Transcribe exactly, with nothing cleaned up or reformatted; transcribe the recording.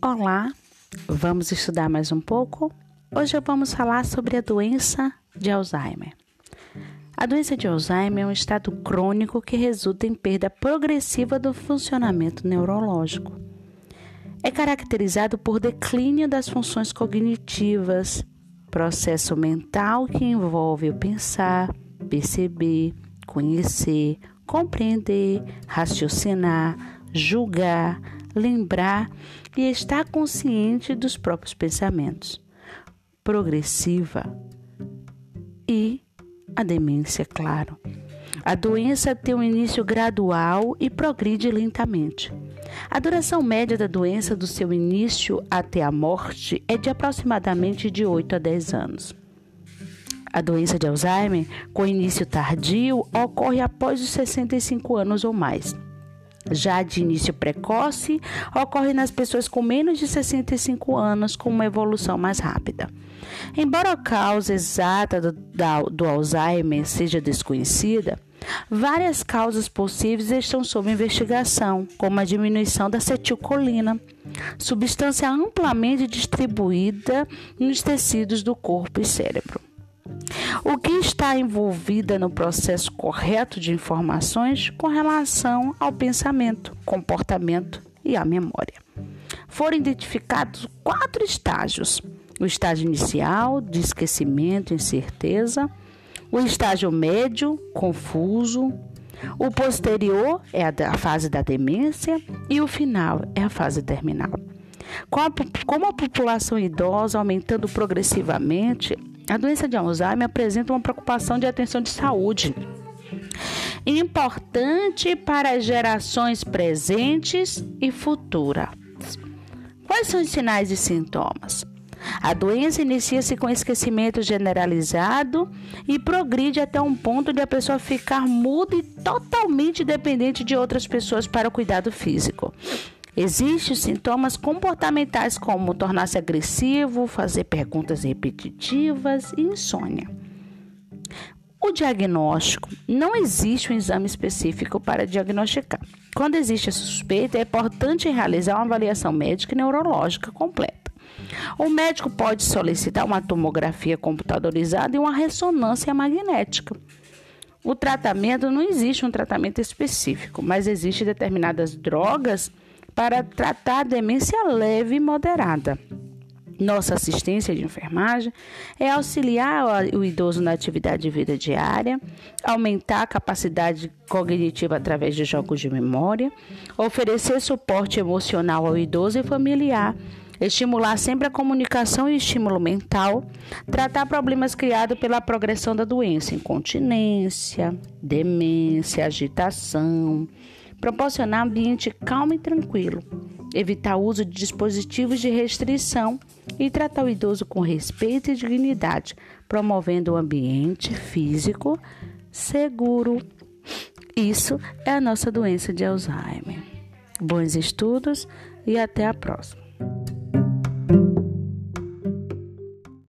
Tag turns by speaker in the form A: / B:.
A: Olá, vamos estudar mais um pouco? Hoje vamos falar sobre a doença de Alzheimer. A doença de Alzheimer é um estado crônico que resulta em perda progressiva do funcionamento neurológico. É caracterizado por declínio das funções cognitivas, processo mental que envolve o pensar, perceber, conhecer, compreender, raciocinar, julgar, lembrar e estar consciente dos próprios pensamentos. Progressiva e a demência, claro. A doença tem um início gradual e progride lentamente. A duração média da doença do seu início até a morte é de aproximadamente de oito a dez anos. A doença de Alzheimer, com início tardio, ocorre após os sessenta e cinco anos ou mais. Já de início precoce, ocorre nas pessoas com menos de sessenta e cinco anos, com uma evolução mais rápida. Embora a causa exata do, da, do Alzheimer seja desconhecida, várias causas possíveis estão sob investigação, como a diminuição da acetilcolina, substância amplamente distribuída nos tecidos do corpo e cérebro. O que está envolvida no processo correto de informações com relação ao pensamento, comportamento e à memória. Foram identificados quatro estágios: o estágio inicial, de esquecimento e incerteza, o estágio médio, confuso, o posterior é a fase da demência e o final é a fase terminal. Como a população idosa aumentando progressivamente, a doença de Alzheimer apresenta uma preocupação de atenção de saúde importante para as gerações presentes e futuras. Quais são os sinais e sintomas? A doença inicia-se com esquecimento generalizado e progride até um ponto de a pessoa ficar muda e totalmente dependente de outras pessoas para o cuidado físico. Existem sintomas comportamentais como tornar-se agressivo, fazer perguntas repetitivas e insônia. O diagnóstico: não existe um exame específico para diagnosticar. Quando existe a suspeita, é importante realizar uma avaliação médica e neurológica completa. O médico pode solicitar uma tomografia computadorizada e uma ressonância magnética. O tratamento: não existe um tratamento específico, mas existem determinadas drogas para tratar a demência leve e moderada. Nossa assistência de enfermagem é auxiliar o idoso na atividade de vida diária, aumentar a capacidade cognitiva através de jogos de memória, oferecer suporte emocional ao idoso e familiar, estimular sempre a comunicação e estímulo mental, tratar problemas criados pela progressão da doença, incontinência, demência, agitação, proporcionar ambiente calmo e tranquilo, evitar o uso de dispositivos de restrição e tratar o idoso com respeito e dignidade, promovendo um ambiente físico seguro. Isso é a nossa doença de Alzheimer. Bons estudos e até a próxima.